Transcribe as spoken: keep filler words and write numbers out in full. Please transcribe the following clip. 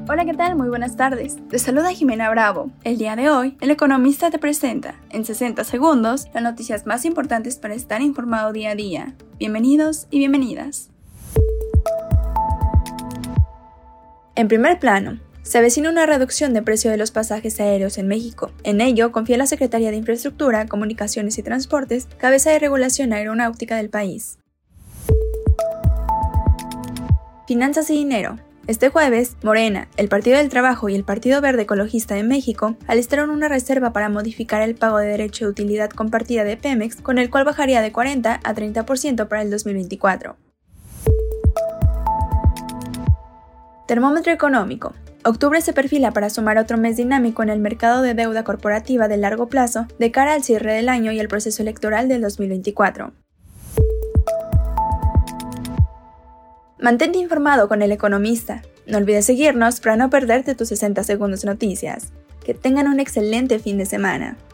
Hola, ¿qué tal? Muy buenas tardes. Te saluda Jimena Bravo. El día de hoy, El Economista te presenta, en sesenta segundos, las noticias más importantes para estar informado día a día. Bienvenidos y bienvenidas. En primer plano, se avecina una reducción de precio de los pasajes aéreos en México. En ello, confía la Secretaría de Infraestructura, Comunicaciones y Transportes, cabeza de regulación aeronáutica del país. Finanzas y dinero. Este jueves, Morena, el Partido del Trabajo y el Partido Verde Ecologista de México alistaron una reserva para modificar el pago de derecho de utilidad compartida de Pemex, con el cual bajaría de cuarenta a treinta por ciento para el dos mil veinticuatro. Termómetro económico. Octubre se perfila para sumar otro mes dinámico en el mercado de deuda corporativa de largo plazo de cara al cierre del año y el proceso electoral del dos mil veinticuatro. Mantente informado con El Economista. No olvides seguirnos para no perderte tus sesenta segundos noticias. Que tengan un excelente fin de semana.